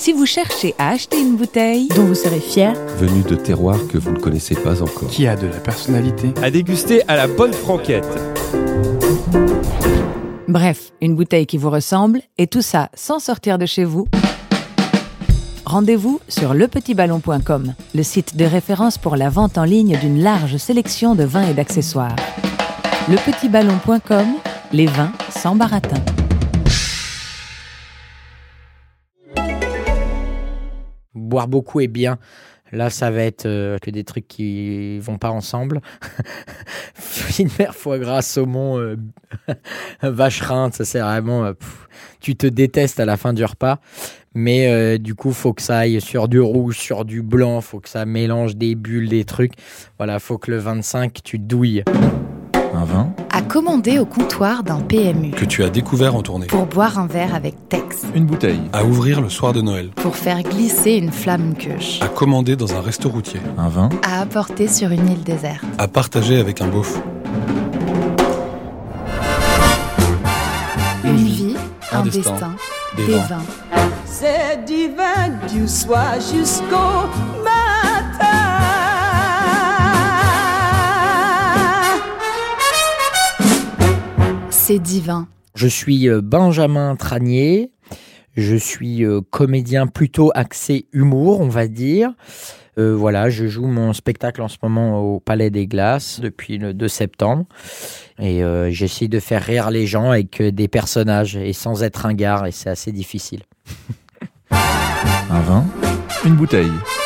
Si vous cherchez à acheter une bouteille dont vous serez fier, Venu de terroirs que vous ne connaissez pas encore. Qui a de la personnalité. À déguster à la bonne franquette. bref, une bouteille qui vous ressemble, et tout ça sans sortir de chez vous, rendez-vous sur lepetitballon.com, le site de référence pour la vente en ligne d'une large sélection de vins et d'accessoires. Lepetitballon.com, les vins sans baratin. Boire beaucoup est bien. Là, ça va être que des trucs qui vont pas ensemble. Fine mer, foie gras, saumon, vacherin, ça c'est vraiment... tu te détestes à la fin du repas. Mais du coup, faut que ça aille sur du rouge, sur du blanc. Faut que ça mélange des bulles, des trucs. Voilà, faut que le 25, tu douilles. Un vin À commander au comptoir d'un PMU. Que tu as découvert en tournée. Pour boire un verre avec Tex. Une bouteille. À ouvrir le soir de Noël. Pour faire glisser une Flammkuche. À commander dans un resto routier. Un vin À apporter sur une île déserte. À partager avec un beauf. Une vie, un destin, destin, des des vins. vins. C'est divin du soir jusqu'au matin. C'est divin. Je suis Benjamin Tranier. Je suis comédien plutôt axé humour, on va dire. Voilà, je joue mon spectacle en ce moment au Palais des Glaces depuis le 2 septembre. Et j'essaie de faire rire les gens avec des personnages et sans être ringard. Et c'est assez difficile. Un vin Une bouteille.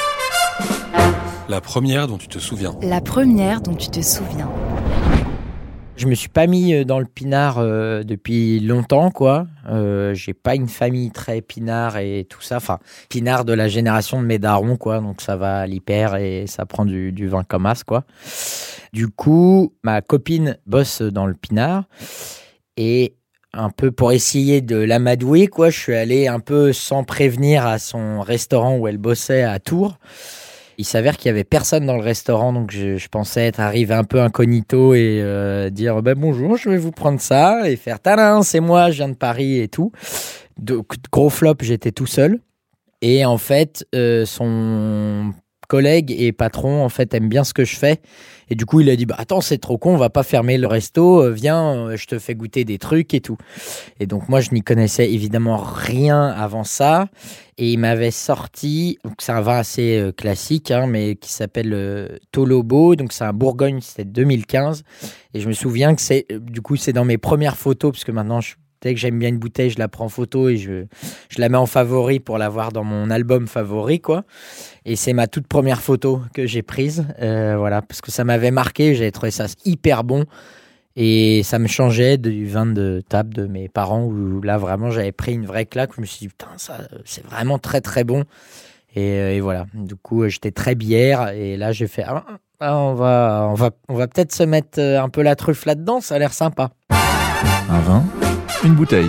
La première dont tu te souviens. La première dont tu te souviens. Je me suis pas mis dans le pinard depuis longtemps, quoi. J'ai pas une famille très pinard et tout ça. Enfin, pinard de la génération de mes darons, quoi. Donc ça va à l'hyper et ça prend du vin comme as, quoi. Du coup, ma copine bosse dans le pinard et un peu pour essayer de l'amadouer, quoi. Je suis allé un peu sans prévenir à son restaurant où elle bossait à Tours. Il s'avère qu'il y avait personne dans le restaurant, donc je pensais être arrivé un peu incognito et dire bonjour, je vais vous prendre ça et faire tadam, c'est moi, je viens de Paris et tout. Donc gros flop, j'étais tout seul. Et en fait, son collègue et patron en fait aime bien ce que je fais. Et du coup, il a dit attends, c'est trop con, on va pas fermer le resto, viens, je te fais goûter des trucs et tout. Et donc moi, je n'y connaissais évidemment rien avant ça. Et il m'avait sorti, donc c'est un vin assez classique, mais qui s'appelle Tolobo. Donc c'est un Bourgogne, c'était 2015. Et je me souviens que c'est dans mes premières photos, parce que maintenant, dès que j'aime bien une bouteille, je la prends en photo et je la mets en favori pour l'avoir dans mon album favori, quoi. Et c'est ma toute première photo que j'ai prise, voilà, parce que ça m'avait marqué, j'avais trouvé ça hyper bon. Et ça me changeait du vin de table de mes parents où là vraiment j'avais pris une vraie claque. Je me suis dit putain, ça c'est vraiment très très bon. Et voilà. Du coup j'étais très bière et là j'ai fait on va peut-être se mettre un peu la truffe là-dedans. Ça a l'air sympa. Un vin Une bouteille.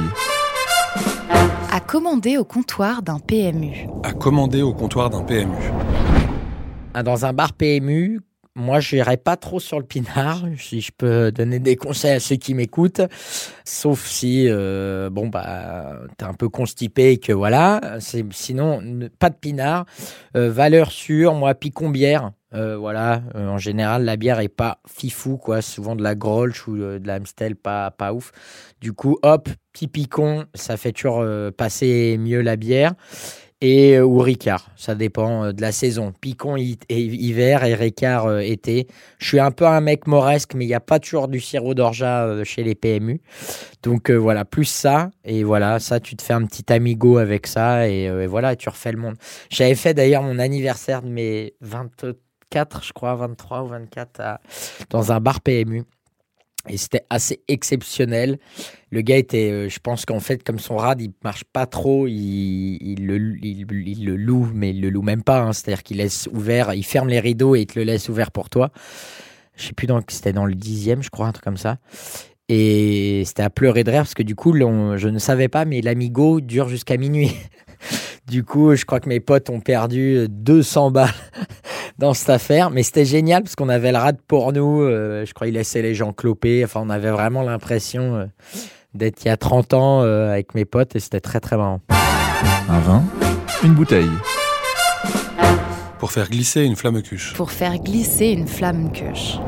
À commander au comptoir d'un PMU. À commander au comptoir d'un PMU. Dans un bar PMU. Moi, je n'irai pas trop sur le pinard, si je peux donner des conseils à ceux qui m'écoutent, sauf si, t'es un peu constipé et que voilà. Sinon, pas de pinard. Valeur sûre, moi, Picon bière. En général, la bière est pas fifou, quoi. Souvent de la Grolsch ou de la Amstel, pas ouf. Du coup, hop, petit Picon, ça fait toujours passer mieux la bière. Ou Ricard, ça dépend de la saison. Picon hiver et Ricard été. Je suis un peu un mec moresque, mais il n'y a pas toujours du sirop d'orgeat chez les PMU. Donc voilà, plus ça. Et voilà, ça, tu te fais un petit amigo avec ça. Et voilà, tu refais le monde. J'avais fait d'ailleurs mon anniversaire de mes 24, je crois, 23 ou 24, dans un bar PMU. Et c'était assez exceptionnel. Le gars était, je pense qu'en fait, comme son rad, il marche pas trop, il le loue, mais il le loue même pas. C'est-à-dire qu'il laisse ouvert, il ferme les rideaux et il te le laisse ouvert pour toi. Je sais plus, c'était dans le 10e, je crois, un truc comme ça. Et c'était à pleurer de rire parce que du coup, je ne savais pas, mais l'amigo dure jusqu'à minuit. Du coup, je crois que mes potes ont perdu 200 balles dans cette affaire. Mais c'était génial parce qu'on avait le rad pour nous. Je crois qu'il laissait les gens cloper. Enfin, on avait vraiment l'impression d'être il y a 30 ans avec mes potes et c'était très, très marrant. Un vin une bouteille. Pour faire glisser une flamme cuche. Pour faire glisser une flamme cuche.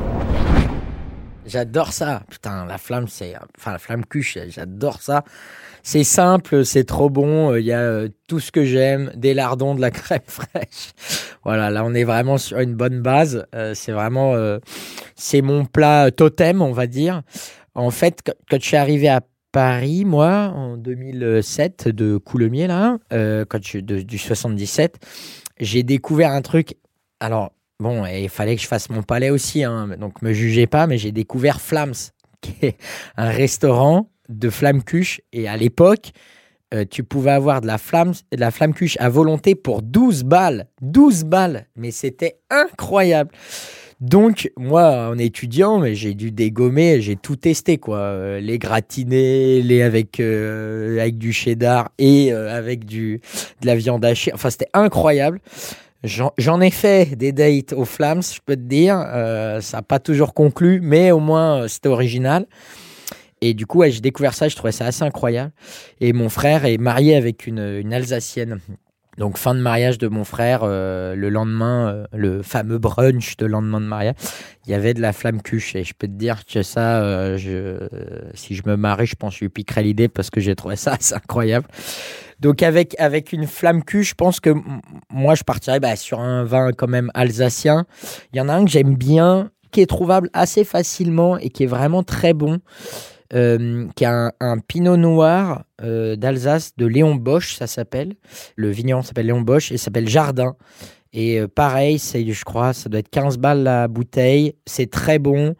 J'adore ça. Putain, la flamme cuche, j'adore ça. C'est simple, c'est trop bon. Il y a tout ce que j'aime, des lardons, de la crème fraîche. Voilà, là on est vraiment sur une bonne base. C'est vraiment, c'est mon plat totem, on va dire. En fait, quand je suis arrivé à Paris, moi, en 2007, de Coulommiers, là, du 77, j'ai découvert un truc. Alors, bon, il fallait que je fasse mon palais aussi, hein, donc me jugez pas, mais j'ai découvert Flams, qui est un restaurant de flamme cuche. Et à l'époque, tu pouvais avoir de la flamme cuche à volonté pour 12 balles. 12 balles, mais c'était incroyable. Donc, moi, en étudiant, mais j'ai dû dégommer, j'ai tout testé, quoi. Les gratinés, les avec du cheddar et avec de la viande hachée. Enfin, c'était incroyable. J'en ai fait des dates aux Flams, je peux te dire. Ça n'a pas toujours conclu, mais au moins, c'était original. Et du coup, j'ai découvert ça, je trouvais ça assez incroyable. Et mon frère est marié avec une Alsacienne. Donc, fin de mariage de mon frère, le lendemain, le fameux brunch de lendemain de mariage, il y avait de la flamme cuche. Et je peux te dire que ça, si je me marie, je pense que je lui piquerais l'idée parce que j'ai trouvé ça assez incroyable. Donc, avec une flamme cuche, je pense que moi, je partirais sur un vin quand même alsacien. Il y en a un que j'aime bien, qui est trouvable assez facilement et qui est vraiment très bon. Qui est un pinot noir d'Alsace de Léon Bosch, ça s'appelle. Le vigneron s'appelle Léon Bosch et s'appelle Jardin. Et pareil, je crois, ça doit être 15 balles la bouteille. C'est très bon.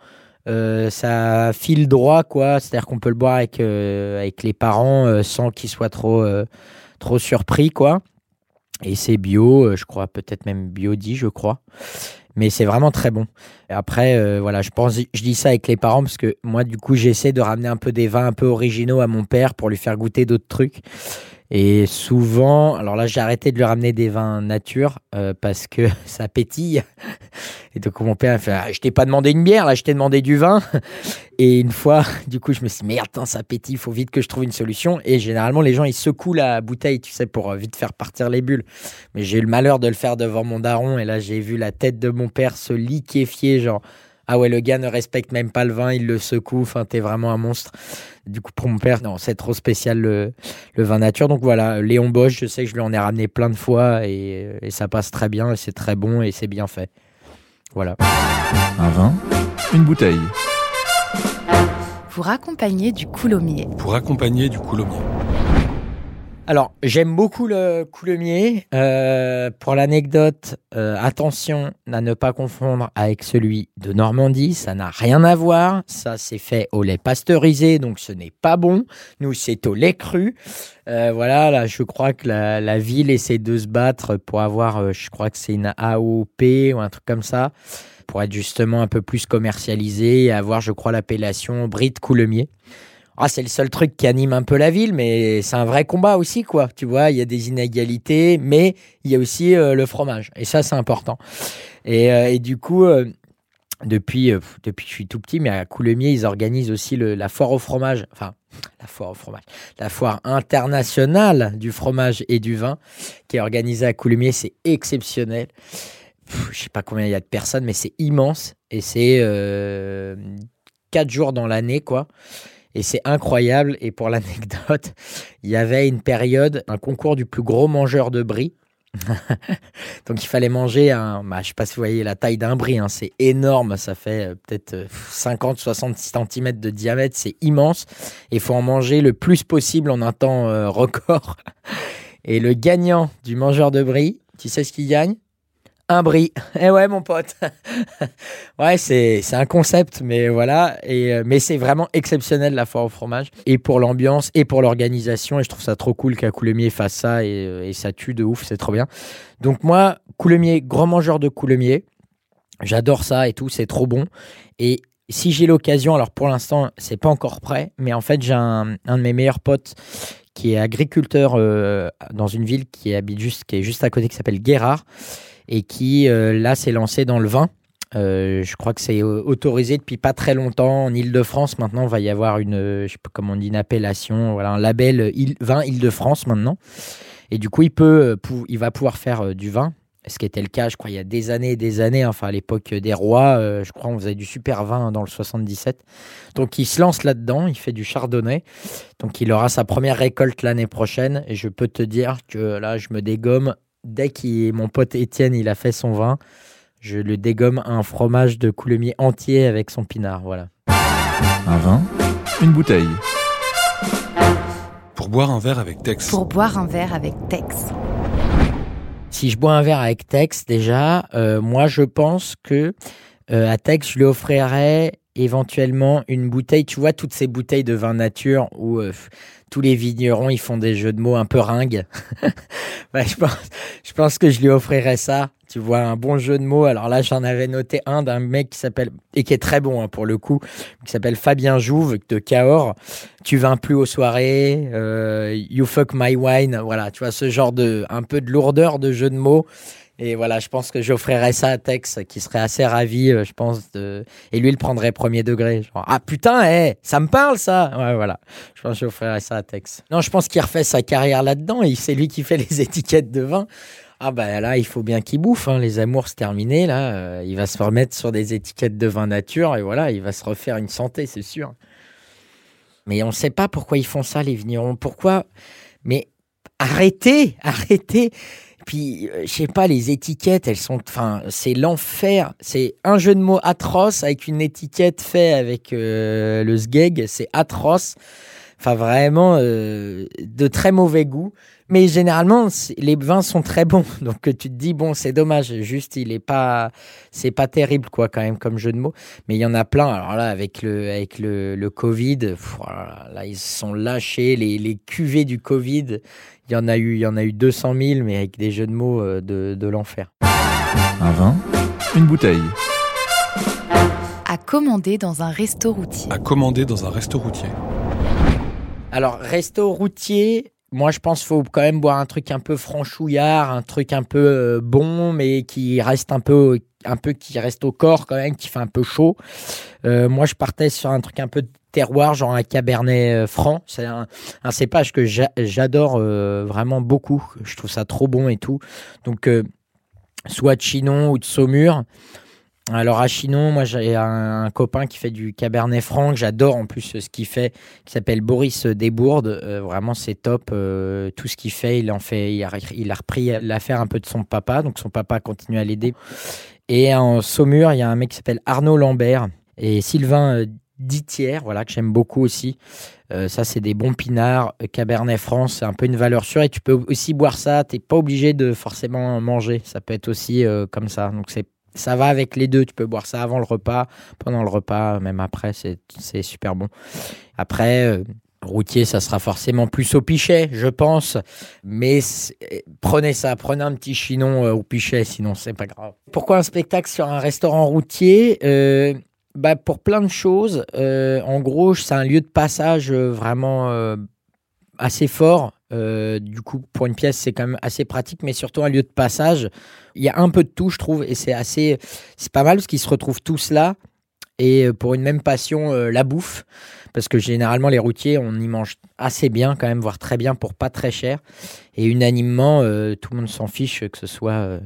Ça file droit, quoi. C'est-à-dire qu'on peut le boire avec les parents sans qu'ils soient trop surpris, quoi. Et c'est bio, je crois, peut-être même bio-dit, je crois. Mais c'est vraiment très bon. Et après, voilà, je dis ça avec les parents parce que moi, du coup, j'essaie de ramener un peu des vins un peu originaux à mon père pour lui faire goûter d'autres trucs. Et souvent, alors là, j'ai arrêté de lui ramener des vins nature parce que ça pétille. Et donc, mon père a fait « Je t'ai pas demandé une bière, là, je t'ai demandé du vin. » Et une fois, du coup, je me suis dit « Merde, ça pétille, il faut vite que je trouve une solution. » Et généralement, les gens, ils secouent la bouteille, tu sais, pour vite faire partir les bulles. Mais j'ai eu le malheur de le faire devant mon daron. Et là, j'ai vu la tête de mon père se liquéfier, genre... Ah ouais, le gars ne respecte même pas le vin, il le secoue, enfin, t'es vraiment un monstre. Du coup, pour mon père, non, c'est trop spécial le vin nature. Donc voilà, Léon Bosch, je sais que je lui en ai ramené plein de fois et ça passe très bien, et c'est très bon et c'est bien fait. Voilà. Un vin, une bouteille. Pour accompagner du coulommiers. Pour accompagner du coulommiers. Alors, j'aime beaucoup le coulommiers. Pour l'anecdote, attention à ne pas confondre avec celui de Normandie. Ça n'a rien à voir. Ça, c'est fait au lait pasteurisé, donc ce n'est pas bon. Nous, c'est au lait cru. Voilà, là, je crois que la ville essaie de se battre pour avoir, je crois que c'est une AOP ou un truc comme ça, pour être justement un peu plus commercialisé et avoir, je crois, l'appellation Brie de Coulommiers. Ah, c'est le seul truc qui anime un peu la ville, mais c'est un vrai combat aussi, quoi. Tu vois, il y a des inégalités, mais il y a aussi le fromage. Et ça, c'est important. Et du coup, depuis que je suis tout petit, mais à Coulommiers, ils organisent aussi la foire au fromage. Enfin, la foire au fromage. La foire internationale du fromage et du vin, qui est organisée à Coulommiers. C'est exceptionnel. Je sais pas combien il y a de personnes, mais c'est immense. Et c'est 4 jours dans l'année, quoi. Et c'est incroyable. Et pour l'anecdote, il y avait une période, un concours du plus gros mangeur de brie. Donc il fallait manger je ne sais pas si vous voyez la taille d'un brie, hein, c'est énorme, ça fait peut-être 50-60 cm de diamètre, c'est immense. Et il faut en manger le plus possible en un temps record. Et le gagnant du mangeur de brie, tu sais ce qu'il gagne ? Un brie. Eh ouais, mon pote. Ouais, c'est un concept, mais voilà. Mais c'est vraiment exceptionnel, la foire au fromage. Et pour l'ambiance, et pour l'organisation. Et je trouve ça trop cool qu'à Coulommiers fasse ça. Et ça tue de ouf, c'est trop bien. Donc moi, Coulommiers, grand mangeur de Coulommiers. J'adore ça et tout, c'est trop bon. Et si j'ai l'occasion, alors pour l'instant, c'est pas encore prêt. Mais en fait, j'ai un de mes meilleurs potes qui est agriculteur dans une ville qui est juste à côté, qui s'appelle Guérard. Et qui, là, s'est lancé dans le vin. Je crois que c'est autorisé depuis pas très longtemps. En Île-de-France, maintenant, il va y avoir je sais pas comment on dit, une appellation, voilà, un label vin Île-de-France, maintenant. Et du coup, il va pouvoir faire du vin. Ce qui était le cas, je crois, il y a des années et des années, enfin à l'époque des rois, je crois on faisait du super vin dans le 77. Donc il se lance là-dedans, il fait du chardonnay. Donc il aura sa première récolte l'année prochaine. Et je peux te dire que là, je me dégomme. Dès que mon pote Étienne, il a fait son vin, je le dégomme un fromage de Coulommiers entier avec son pinard, voilà. Un vin, une bouteille. Pour boire un verre avec Tex. Pour boire un verre avec Tex. Si je bois un verre avec Tex, déjà, moi, je pense que à Tex, je lui offrirais éventuellement une bouteille. Tu vois, toutes ces bouteilles de vin nature où tous les vignerons, ils font des jeux de mots un peu ringues. Bah, je pense que je lui offrirais ça. Tu vois, un bon jeu de mots. Alors là, j'en avais noté un d'un mec qui s'appelle, et qui est très bon pour le coup, qui s'appelle Fabien Jouve de Cahors. Tu vins plus aux soirées, you fuck my wine. Voilà, tu vois, ce genre un peu de lourdeur de jeu de mots. Et voilà, je pense que j'offrirais ça à Tex, qui serait assez ravi, je pense. Et lui, il prendrait premier degré. Genre, ah putain, ça me parle ça. Ouais, voilà. Je pense que j'offrirais ça à Tex. Non, je pense qu'il refait sa carrière là-dedans. Et c'est lui qui fait les étiquettes de vin. Ah bah là, il faut bien qu'il bouffe. Les amours, c'est terminé. Là, il va se remettre sur des étiquettes de vin nature. Et voilà, il va se refaire une santé, c'est sûr. Mais on ne sait pas pourquoi ils font ça, les vignerons. Pourquoi ? Mais arrêtez. Puis, je sais pas, les étiquettes, c'est l'enfer. C'est un jeu de mots atroce avec une étiquette faite avec le sgeg. C'est atroce. Enfin, vraiment, de très mauvais goût. Mais généralement, les vins sont très bons. Donc, tu te dis, bon, c'est dommage. Juste, c'est pas terrible, quoi, quand même, comme jeu de mots. Mais il y en a plein. Alors là, avec le Covid, là, ils se sont lâchés. Les cuvées du Covid, il y en a eu 200 000, mais avec des jeux de mots de l'enfer. Un vin, une bouteille. À commander dans un resto routier. À commander dans un resto routier. Alors, resto routier, moi, je pense qu'il faut quand même boire un truc un peu franchouillard, un truc un peu bon, mais qui reste un peu qui reste au corps quand même, qui fait un peu chaud. Moi, je partais sur un truc un peu de terroir, genre un cabernet franc. C'est un cépage que j'adore vraiment beaucoup. Je trouve ça trop bon et tout. Donc, soit de Chinon ou de Saumur. Alors à Chinon, moi j'ai un copain qui fait du Cabernet Franc, que j'adore en plus ce qu'il fait, qui s'appelle Boris Desbourdes. Vraiment c'est top, tout ce qu'il fait, il a repris l'affaire un peu de son papa, donc son papa continue à l'aider. Et en Saumur, il y a un mec qui s'appelle Arnaud Lambert et Sylvain Ditière, voilà, que j'aime beaucoup aussi. Ça c'est des bons pinards, Cabernet Franc, c'est un peu une valeur sûre et tu peux aussi boire ça, t'es pas obligé de forcément manger, ça peut être aussi comme ça, donc ça va avec les deux, tu peux boire ça avant le repas, pendant le repas, même après, c'est super bon. Après, routier, ça sera forcément plus au pichet, je pense, mais prenez un petit chinon au pichet, sinon c'est pas grave. Pourquoi un spectacle sur un restaurant routier ? Pour plein de choses. En gros, c'est un lieu de passage vraiment assez fort. Du coup, pour une pièce, c'est quand même assez pratique, mais surtout un lieu de passage. Il y a un peu de tout, je trouve, et c'est pas mal parce qu'ils se retrouvent tous là et pour une même passion, la bouffe. Parce que généralement, les routiers, on y mange assez bien quand même, voire très bien pour pas très cher. Et unanimement, tout le monde s'en fiche que ce soit,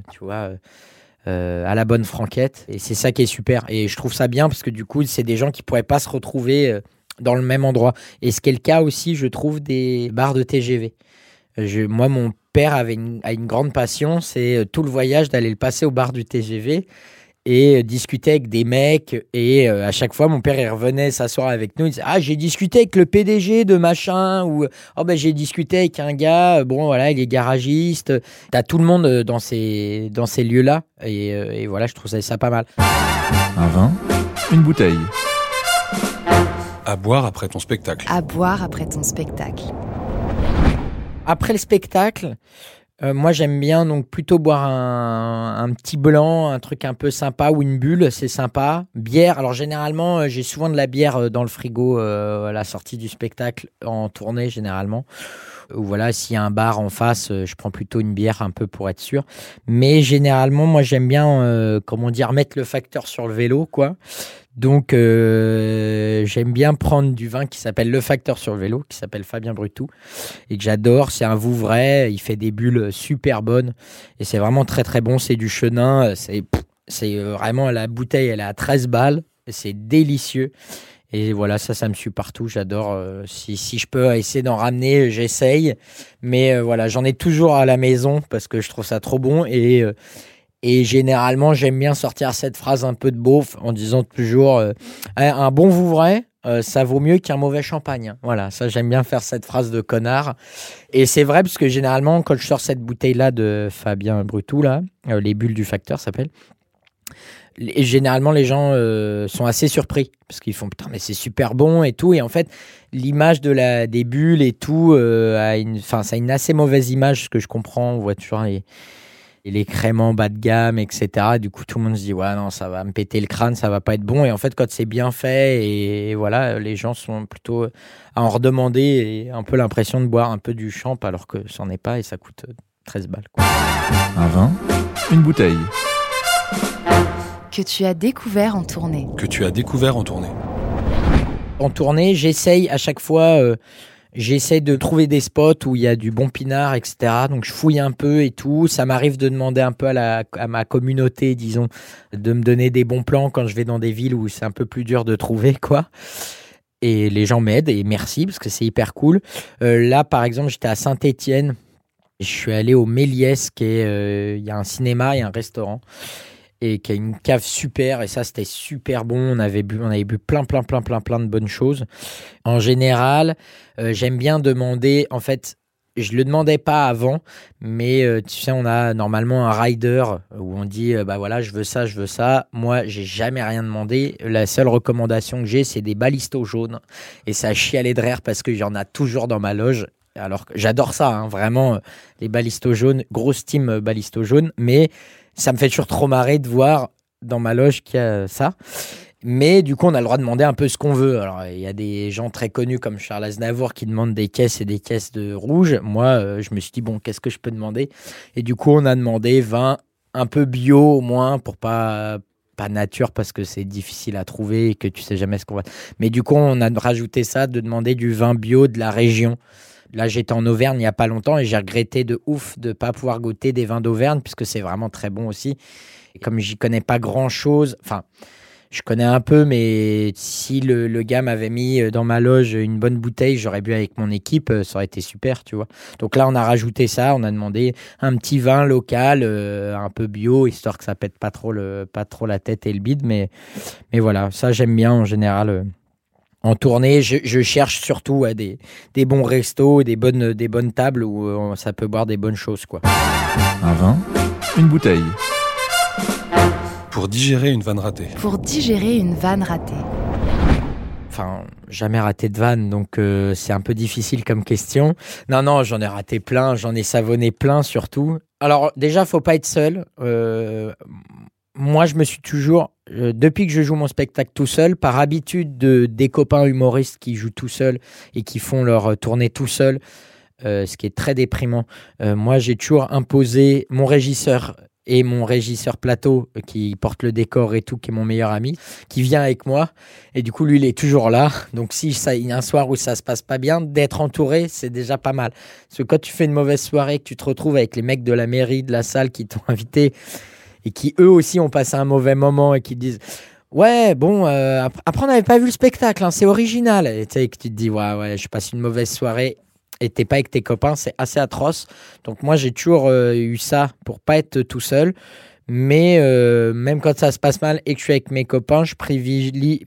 à la bonne franquette. Et c'est ça qui est super. Et je trouve ça bien parce que du coup, c'est des gens qui pourraient pas se retrouver dans le même endroit. Et ce qui est le cas aussi, je trouve, des bars de TGV. Moi, mon père a une grande passion, c'est tout le voyage d'aller le passer au bar du TGV et discuter avec des mecs. Et à chaque fois, mon père, il revenait s'asseoir avec nous. Il disait « Ah, j'ai discuté avec le PDG de machin » ou « Oh, ben, j'ai discuté avec un gars, bon, voilà, il est garagiste. » T'as tout le monde dans ces lieux-là. Et voilà, je trouve ça pas mal. Un vin, une bouteille. À boire après ton spectacle. À boire après ton spectacle. Après le spectacle, moi j'aime bien donc plutôt boire un petit blanc, un truc un peu sympa ou une bulle, c'est sympa. Bière, alors généralement j'ai souvent de la bière dans le frigo à la sortie du spectacle en tournée généralement. Ou voilà, s'il y a un bar en face, je prends plutôt une bière un peu pour être sûr. Mais généralement, moi, j'aime bien, mettre le facteur sur le vélo, quoi. Donc, j'aime bien prendre du vin qui s'appelle le facteur sur le vélo, qui s'appelle Fabien Brutou, et que j'adore. C'est un Vouvray, il fait des bulles super bonnes, et c'est vraiment très très bon. C'est du Chenin, c'est vraiment, la bouteille, elle est à 13 balles, c'est délicieux. Et voilà, ça me suit partout, j'adore. Si je peux essayer d'en ramener, j'essaye. Mais voilà, j'en ai toujours à la maison parce que je trouve ça trop bon. Et généralement, j'aime bien sortir cette phrase un peu de beauf en disant toujours un bon Vouvray, ça vaut mieux qu'un mauvais champagne. Voilà, ça, j'aime bien faire cette phrase de connard. Et c'est vrai parce que généralement, quand je sors cette bouteille-là de Fabien Brutou, là, les bulles du facteur s'appellent. Et généralement, les gens sont assez surpris parce qu'ils font putain, mais c'est super bon et tout. Et en fait, l'image des bulles et tout, ça a une assez mauvaise image, ce que je comprends. On voit toujours les créments bas de gamme, etc. Du coup, tout le monde se dit ouais, non, ça va me péter le crâne, ça va pas être bon. Et en fait, quand c'est bien fait, et voilà, les gens sont plutôt à en redemander et un peu l'impression de boire un peu du champ alors que c'en est pas et ça coûte 13 balles, quoi. Un vin, une bouteille. Que tu as découvert en tournée. Que tu as découvert en tournée. En tournée, j'essaye à chaque fois, j'essaye de trouver des spots où il y a du bon pinard, etc. Donc je fouille un peu et tout. Ça m'arrive de demander un peu à ma communauté, disons, de me donner des bons plans quand je vais dans des villes où c'est un peu plus dur de trouver, quoi. Et les gens m'aident et merci parce que c'est hyper cool. Là, par exemple, j'étais à Saint-Étienne. Je suis allé au Méliès, il y a un cinéma et un restaurant. Et qui a une cave super, et ça c'était super bon. On avait bu plein de bonnes choses. En général, j'aime bien demander, en fait, je le demandais pas avant, mais tu sais, on a normalement un rider où on dit bah voilà, je veux ça. Moi, j'ai jamais rien demandé. La seule recommandation que j'ai, c'est des balistos jaunes, et ça chialait de rire parce qu'il y en a toujours dans ma loge. Alors que j'adore ça, hein, vraiment, les balistos jaunes, grosse team balistos jaunes, mais ça me fait toujours trop marrer de voir dans ma loge qu'il y a ça. Mais du coup, on a le droit de demander un peu ce qu'on veut. Alors, il y a des gens très connus comme Charles Aznavour qui demandent des caisses et des caisses de rouge. Moi, je me suis dit, bon, qu'est-ce que je peux demander ? Et du coup, on a demandé vin un peu bio au moins, pour pas nature parce que c'est difficile à trouver et que tu sais jamais ce qu'on va... Mais du coup, on a rajouté ça, de demander du vin bio de la région. Là, j'étais en Auvergne il n'y a pas longtemps et j'ai regretté de ouf de ne pas pouvoir goûter des vins d'Auvergne puisque c'est vraiment très bon aussi. Et comme j'y connais pas grand-chose, enfin, je connais un peu, mais si le gars m'avait mis dans ma loge une bonne bouteille, j'aurais bu avec mon équipe, ça aurait été super, tu vois. Donc là, on a rajouté ça, on a demandé un petit vin local, un peu bio, histoire que ça pète pas trop la tête et le bide. Mais voilà, ça j'aime bien en général. En tournée, je cherche surtout des bons restos, des bonnes tables où ça peut boire des bonnes choses, quoi. Un vin, une bouteille. Pour digérer une vanne ratée. Pour digérer une vanne ratée. Enfin, jamais raté de vanne, donc c'est un peu difficile comme question. Non, j'en ai raté plein, j'en ai savonné plein surtout. Alors déjà, faut pas être seul. Moi, je me suis toujours, depuis que je joue mon spectacle tout seul, par habitude des copains humoristes qui jouent tout seuls et qui font leur tournée tout seuls, ce qui est très déprimant. Moi, j'ai toujours imposé mon régisseur plateau qui porte le décor et tout, qui est mon meilleur ami, qui vient avec moi. Et du coup, lui, il est toujours là. Donc, il y a un soir où ça se passe pas bien, d'être entouré, c'est déjà pas mal. Parce que quand tu fais une mauvaise soirée, que tu te retrouves avec les mecs de la mairie, de la salle qui t'ont invité et qui, eux aussi, ont passé un mauvais moment et qui te disent « Ouais, bon, après, on n'avait pas vu le spectacle, hein, c'est original. » Et tu sais, que tu te dis « Ouais, je passe une mauvaise soirée. » Et t'es pas avec tes copains, c'est assez atroce. Donc moi, j'ai toujours eu ça pour pas être tout seul. Mais même quand ça se passe mal et que je suis avec mes copains, je privilégie.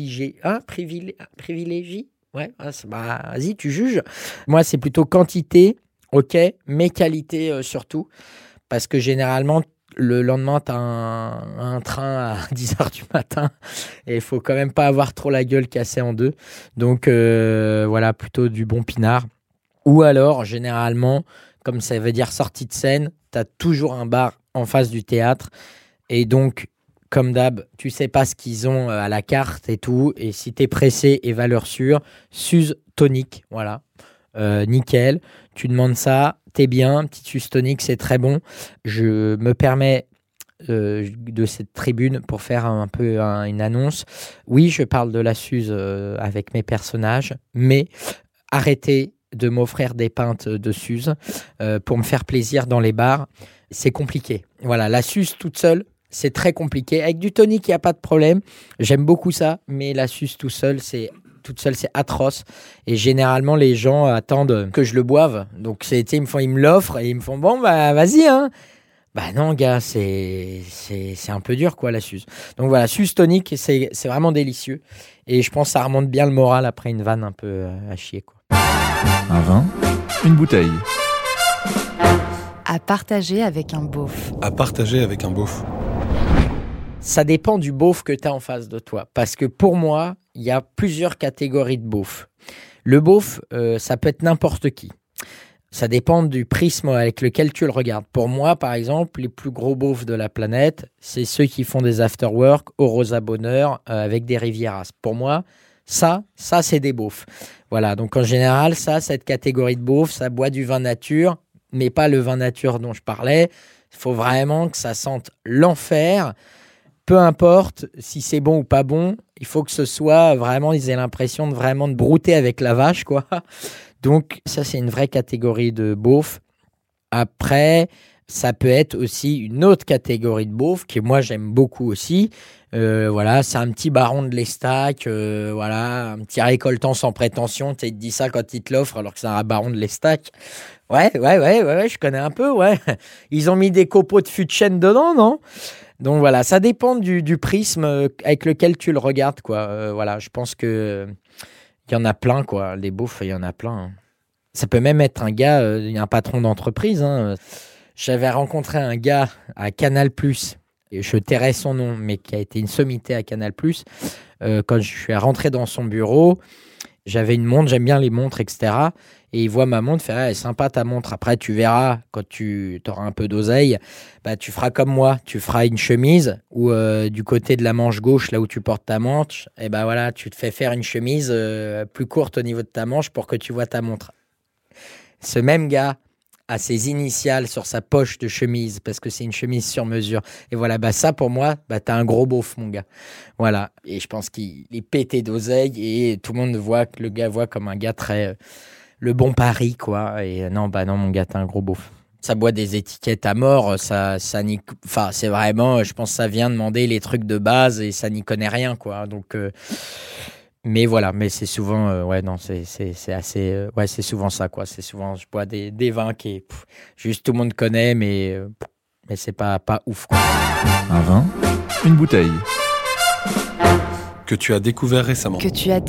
Ouais, vas-y, tu juges. Moi, c'est plutôt quantité, ok, mais qualité surtout. Parce que généralement, le lendemain, tu as un train à 10h du matin et il faut quand même pas avoir trop la gueule cassée en deux. Donc voilà, plutôt du bon pinard. Ou alors, généralement, comme ça veut dire sortie de scène, tu as toujours un bar en face du théâtre. Et donc, comme d'hab, tu sais pas ce qu'ils ont à la carte et tout. Et si tu es pressé et valeur sûre, Suze tonique, voilà. Nickel. tu demandes ça, t'es bien, petite suce tonique, c'est très bon. Je me permets de cette tribune pour faire un peu une annonce. Oui, je parle de la Suze avec mes personnages, mais arrêtez de m'offrir des pintes de Suze pour me faire plaisir dans les bars. C'est compliqué. Voilà, la Suze toute seule, c'est très compliqué. Avec du tonique, il n'y a pas de problème. J'aime beaucoup ça, mais la Suze toute seule, c'est atroce. Et généralement, les gens attendent que je le boive. Donc, ils me l'offrent et ils me font « Bon, bah, vas-y, hein !» Bah non, gars, c'est un peu dur, quoi, la Suze. Donc voilà, Suze tonique, c'est vraiment délicieux. Et je pense que ça remonte bien le moral après une vanne un peu à chier, quoi. Un vin, une bouteille. À partager avec un beauf. À partager avec un beauf. Ça dépend du beauf que tu as en face de toi. Parce que pour moi, il y a plusieurs catégories de beauf. Le beauf, ça peut être n'importe qui. Ça dépend du prisme avec lequel tu le regardes. Pour moi, par exemple, les plus gros beaufs de la planète, c'est ceux qui font des after-work au Rosa Bonheur avec des Rivieras. Pour moi, ça c'est des beaufs. Voilà, donc en général, cette catégorie de beaufs, ça boit du vin nature, mais pas le vin nature dont je parlais. Il faut vraiment que ça sente l'enfer. Peu importe si c'est bon ou pas bon, il faut que ce soit vraiment, ils aient l'impression de brouter avec la vache, quoi. Donc ça, c'est une vraie catégorie de beauf. Après, ça peut être aussi une autre catégorie de beauf que moi, j'aime beaucoup aussi. Voilà, c'est un petit baron de l'Estac, voilà, un petit récoltant sans prétention. Tu sais, il te dit ça quand il te l'offre alors que c'est un baron de l'Estac. Ouais, je connais un peu, ouais. Ils ont mis des copeaux de fût de chêne dedans, non ? Donc voilà, ça dépend du prisme avec lequel tu le regardes, quoi. Voilà, je pense que il y en a plein, quoi. Les beaufs, il y en a plein. Hein. Ça peut même être un gars, un patron d'entreprise. Hein. J'avais rencontré un gars à Canal+, et je tairai son nom, mais qui a été une sommité à Canal+. Quand je suis rentré dans son bureau, j'avais une montre, j'aime bien les montres, etc. Et il voit ma montre, fait ah, « sympa ta montre. Après, tu verras, quand tu auras un peu d'oseille, bah, tu feras comme moi. Tu feras une chemise où du côté de la manche gauche, là où tu portes ta manche, et ben voilà, tu te fais faire une chemise plus courte au niveau de ta manche pour que tu vois ta montre. » Ce même gars a ses initiales sur sa poche de chemise parce que c'est une chemise sur mesure. Et voilà, bah ça pour moi, bah t'as un gros beauf, mon gars. Voilà. Et je pense qu'il est pété d'oseille et tout le monde le gars voit comme un gars très... le bon pari, quoi. Et non, mon gars, t'as un gros beauf. Ça boit des étiquettes à mort, enfin, c'est vraiment, je pense que ça vient demander les trucs de base et ça n'y connaît rien, quoi. Donc, mais voilà, mais c'est souvent, c'est assez, c'est souvent ça, quoi. C'est souvent, je bois des vins qui, juste tout le monde connaît, mais c'est pas ouf, quoi. Un vin, une bouteille. Que tu as découvert récemment.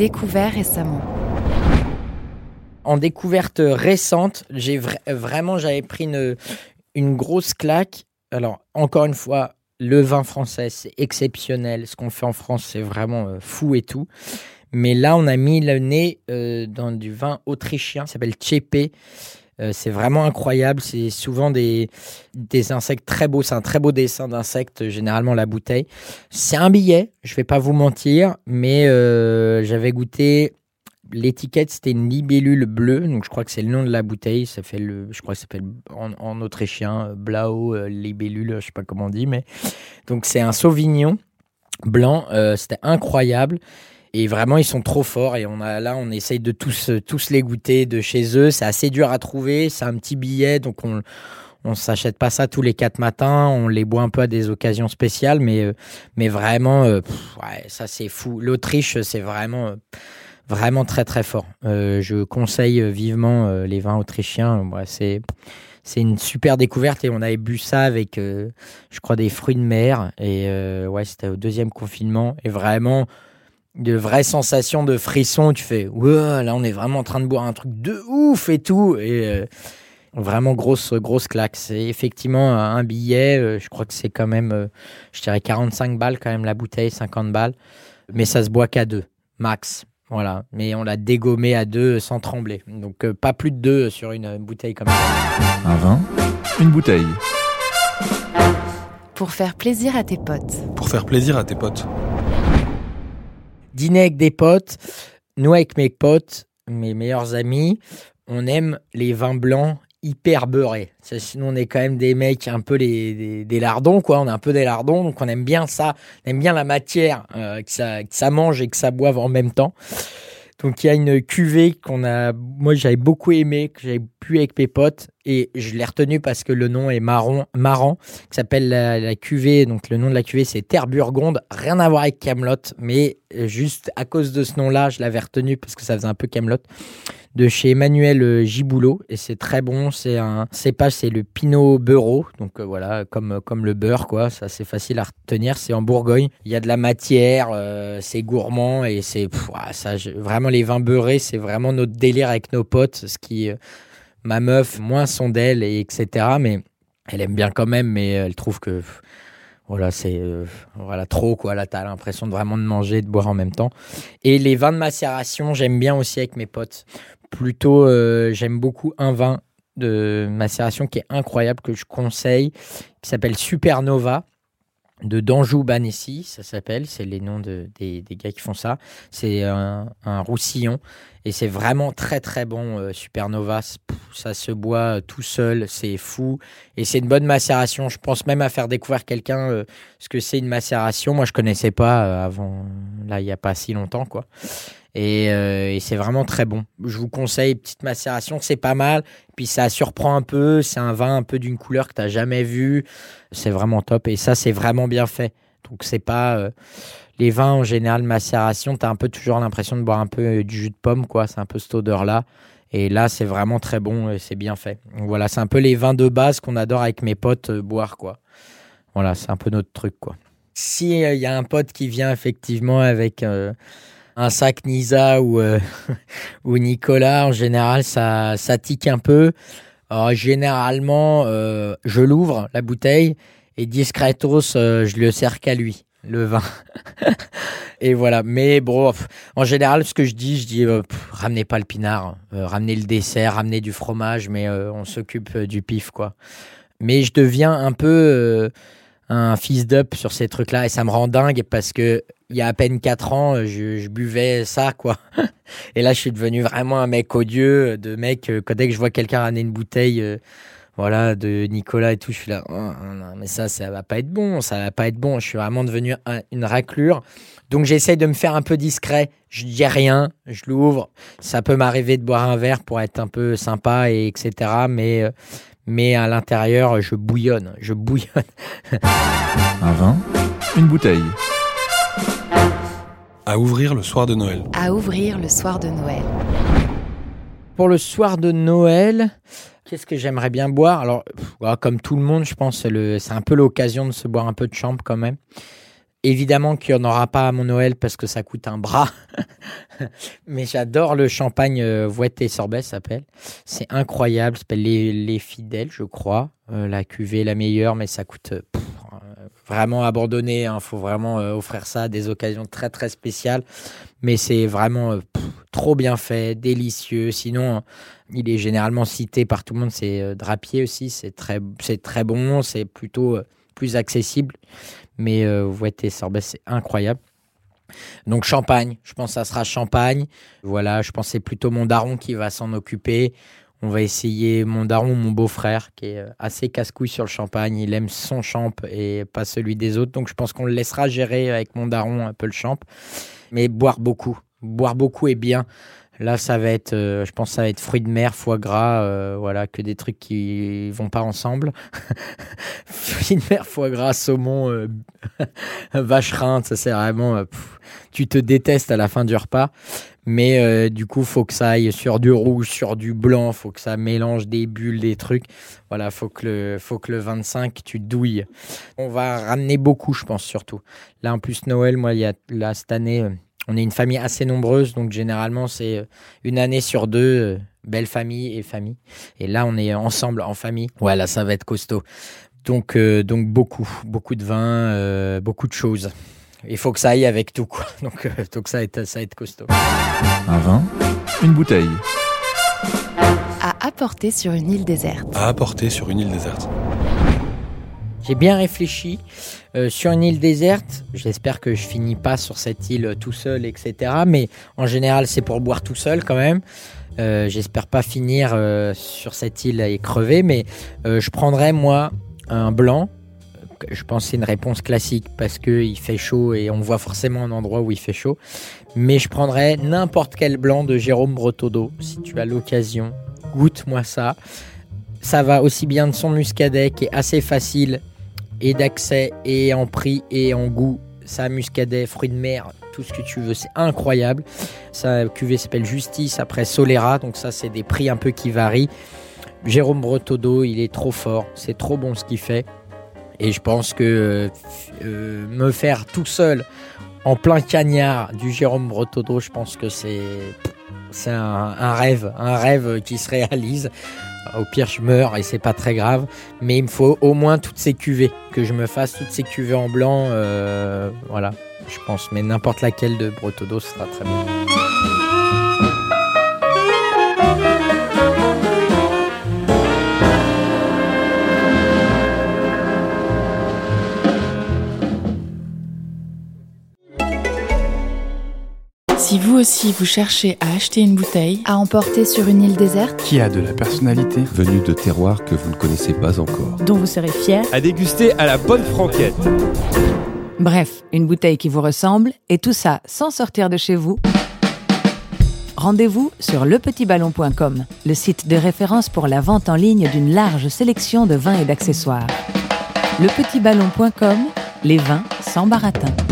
En découverte récente, j'avais pris une grosse claque. Alors, encore une fois, le vin français, c'est exceptionnel. Ce qu'on fait en France, c'est vraiment fou et tout. Mais là, on a mis le nez dans du vin autrichien, qui s'appelle Tchépé. C'est vraiment incroyable. C'est souvent des insectes très beaux. C'est un très beau dessin d'insectes, généralement la bouteille. C'est un billet, je ne vais pas vous mentir, mais j'avais goûté... L'étiquette, c'était une libellule bleue, donc je crois que c'est le nom de la bouteille. Je crois que ça s'appelle en autrichien Blau Libellule, je ne sais pas comment on dit, mais donc c'est un Sauvignon blanc. C'était incroyable et vraiment ils sont trop forts et on essaye de tous les goûter de chez eux. C'est assez dur à trouver, c'est un petit billet, donc on s'achète pas ça tous les 4 matins. On les boit un peu à des occasions spéciales, mais vraiment, ça c'est fou. L'Autriche, c'est vraiment très très fort. Je conseille vivement les vins autrichiens. C'est une super découverte et on avait bu ça avec, je crois, des fruits de mer. Et c'était au 2e confinement. Et vraiment, de vraies sensations de frisson. Tu fais, ouais, là on est vraiment en train de boire un truc de ouf et tout. Et vraiment grosse claque. C'est effectivement un billet. Je crois que c'est quand même, je dirais 45 balles quand même la bouteille, 50 balles. Mais ça se boit qu'à 2, max. Voilà, mais on l'a dégommé à 2 sans trembler. Donc pas plus de 2 sur une bouteille comme ça. Un vin, une bouteille. Pour faire plaisir à tes potes. Dîner avec des potes. Nous, avec mes potes, mes meilleurs amis, on aime les vins blancs hyper beurrés. Sinon, on est quand même des mecs un peu des lardons, quoi. On est un peu des lardons, donc on aime bien ça. On aime bien la matière, que ça mange et que ça boive en même temps. Donc, il y a une cuvée moi, j'avais beaucoup aimé, que j'avais bu avec mes potes, et je l'ai retenu parce que le nom est marrant, qui s'appelle la cuvée. Donc, le nom de la cuvée, c'est Terre Burgonde. Rien à voir avec Kaamelott, mais juste à cause de ce nom-là, je l'avais retenu parce que ça faisait un peu Kaamelott, de chez Emmanuel Giboulot, et c'est très bon. C'est un cépage, c'est le Pinot Beurreau, donc voilà, comme le beurre, quoi. Ça, c'est facile à retenir. C'est en Bourgogne. Il y a de la matière, c'est gourmand, et c'est vraiment les vins beurrés, c'est vraiment notre délire avec nos potes. Ce qui ma meuf, moins son d'elle, et etc. Mais elle aime bien quand même, mais elle trouve que voilà, c'est trop, quoi. Là, t'as l'impression de vraiment de manger et de boire en même temps. Et les vins de macération, j'aime bien aussi avec mes potes. Plutôt, j'aime beaucoup un vin de macération qui est incroyable, que je conseille, qui s'appelle Supernova, de Danjou Banessi, ça s'appelle. C'est les noms des gars qui font ça. C'est un roussillon. Et c'est vraiment très très bon, Supernova. Ça se boit tout seul, c'est fou. Et c'est une bonne macération. Je pense même à faire découvrir quelqu'un ce que c'est une macération. Moi, je connaissais pas avant, là, il n'y a pas si longtemps, quoi. Et c'est vraiment très bon. Je vous conseille, petite macération, c'est pas mal. Puis ça surprend un peu. C'est un vin un peu d'une couleur que tu n'as jamais vue. C'est vraiment top. Et ça, c'est vraiment bien fait. Donc, c'est pas... les vins, en général, macération, tu as un peu toujours l'impression de boire un peu du jus de pomme, quoi. C'est un peu cette odeur-là. Et là, c'est vraiment très bon et c'est bien fait. Donc, voilà, c'est un peu les vins de base qu'on adore avec mes potes boire, quoi. Voilà, c'est un peu notre truc, quoi. Si y a un pote qui vient effectivement avec un sac Nisa ou Nicolas, en général, ça tique un peu. Alors, généralement, je l'ouvre, la bouteille, et discretos, je le sers qu'à lui, le vin. Et voilà. Mais bon, en général, ce que je dis, ramenez pas le pinard, ramenez le dessert, ramenez du fromage, mais on s'occupe du pif, quoi. Mais je deviens un peu un fils d'up sur ces trucs-là, et ça me rend dingue parce que il y a à peine 4 ans, je buvais ça, quoi. Et là, je suis devenu vraiment un mec odieux, dès que je vois quelqu'un ramener une bouteille, voilà, de Nicolas et tout, je suis là, oh, non, mais ça va pas être bon, ça va pas être bon. Je suis vraiment devenu une raclure. Donc, j'essaye de me faire un peu discret. Je dis rien, je l'ouvre. Ça peut m'arriver de boire un verre pour être un peu sympa, et etc. Mais à l'intérieur, je bouillonne. Un vin, une bouteille. À ouvrir le soir de Noël. À ouvrir le soir de Noël. Pour le soir de Noël, qu'est-ce que j'aimerais bien boire ? Alors, comme tout le monde, je pense que c'est un peu l'occasion de se boire un peu de champ quand même. Évidemment qu'il n'y en aura pas à mon Noël parce que ça coûte un bras. Mais j'adore le champagne Vouette et Sorbet, ça s'appelle. C'est incroyable, ça s'appelle les Fidèles, je crois. La cuvée la meilleure, mais ça coûte vraiment abandonné. Il faut vraiment offrir ça à des occasions très très spéciales. Mais c'est vraiment trop bien fait, délicieux. Sinon, il est généralement cité par tout le monde. C'est Drapier aussi, c'est très bon, c'est plutôt plus accessible. Mais Vouette et Sorbet, c'est incroyable. Donc champagne, je pense que ça sera champagne. Voilà, je pense que c'est plutôt mon daron qui va s'en occuper. On va essayer, mon daron, mon beau-frère, qui est assez casse-couille sur le champagne. Il aime son champ et pas celui des autres. Donc je pense qu'on le laissera gérer avec mon daron un peu le champ. Mais boire beaucoup et bien. Là, ça va être, je pense que ça va être fruits de mer, foie gras, voilà, que des trucs qui vont pas ensemble. Fruits de mer, foie gras, saumon, vacherin, ça c'est vraiment, tu te détestes à la fin du repas. Mais du coup, faut que ça aille sur du rouge, sur du blanc, faut que ça mélange des bulles, des trucs. Voilà, faut que le 25, tu douilles. On va ramener beaucoup, je pense, surtout. Là, en plus, Noël, moi, là, cette année, on est une famille assez nombreuse, donc généralement, c'est une année sur deux, belle famille et famille. Et là, on est ensemble, en famille. Ouais, là, ça va être costaud. Donc beaucoup de vin, beaucoup de choses. Il faut que ça aille avec tout, quoi. Donc ça va être costaud. Un vin, une bouteille. À apporter sur une île déserte. À apporter sur une île déserte. J'ai bien réfléchi. Sur une île déserte, j'espère que je finis pas sur cette île tout seul, etc. Mais en général, c'est pour boire tout seul quand même. J'espère pas finir sur cette île et crever, mais je prendrais moi un blanc. Je pense que c'est une réponse classique parce qu'il fait chaud et on voit forcément un endroit où il fait chaud. Mais je prendrais n'importe quel blanc de Jérôme Bretodeau. Si tu as l'occasion, goûte-moi ça. Ça va aussi bien de son muscadet qui est assez facile et d'accès et en prix et en goût. Ça, muscadet, fruits de mer, tout ce que tu veux, c'est incroyable. Sa cuvée s'appelle Justice, après Solera, donc ça c'est des prix un peu qui varient. Jérôme Bretodeau, il est trop fort, c'est trop bon ce qu'il fait. Et je pense que me faire tout seul en plein cagnard du Jérôme Bretodeau, je pense que c'est un rêve qui se réalise. Au pire, je meurs et c'est pas très grave, mais il me faut au moins toutes ces cuvées, que je me fasse toutes ces cuvées en blanc, voilà, je pense, mais n'importe laquelle de Bretodeau, ce sera très bien. Si vous aussi vous cherchez à acheter une bouteille, à emporter sur une île déserte, Qui a de la personnalité, venu de terroirs que vous ne connaissez pas encore. dont vous serez fier, À déguster à la bonne franquette. Bref, une bouteille qui vous ressemble, et tout ça sans sortir de chez vous. Rendez-vous sur lepetitballon.com, le site de référence pour la vente en ligne d'une large sélection de vins et d'accessoires. Lepetitballon.com, les vins sans baratin.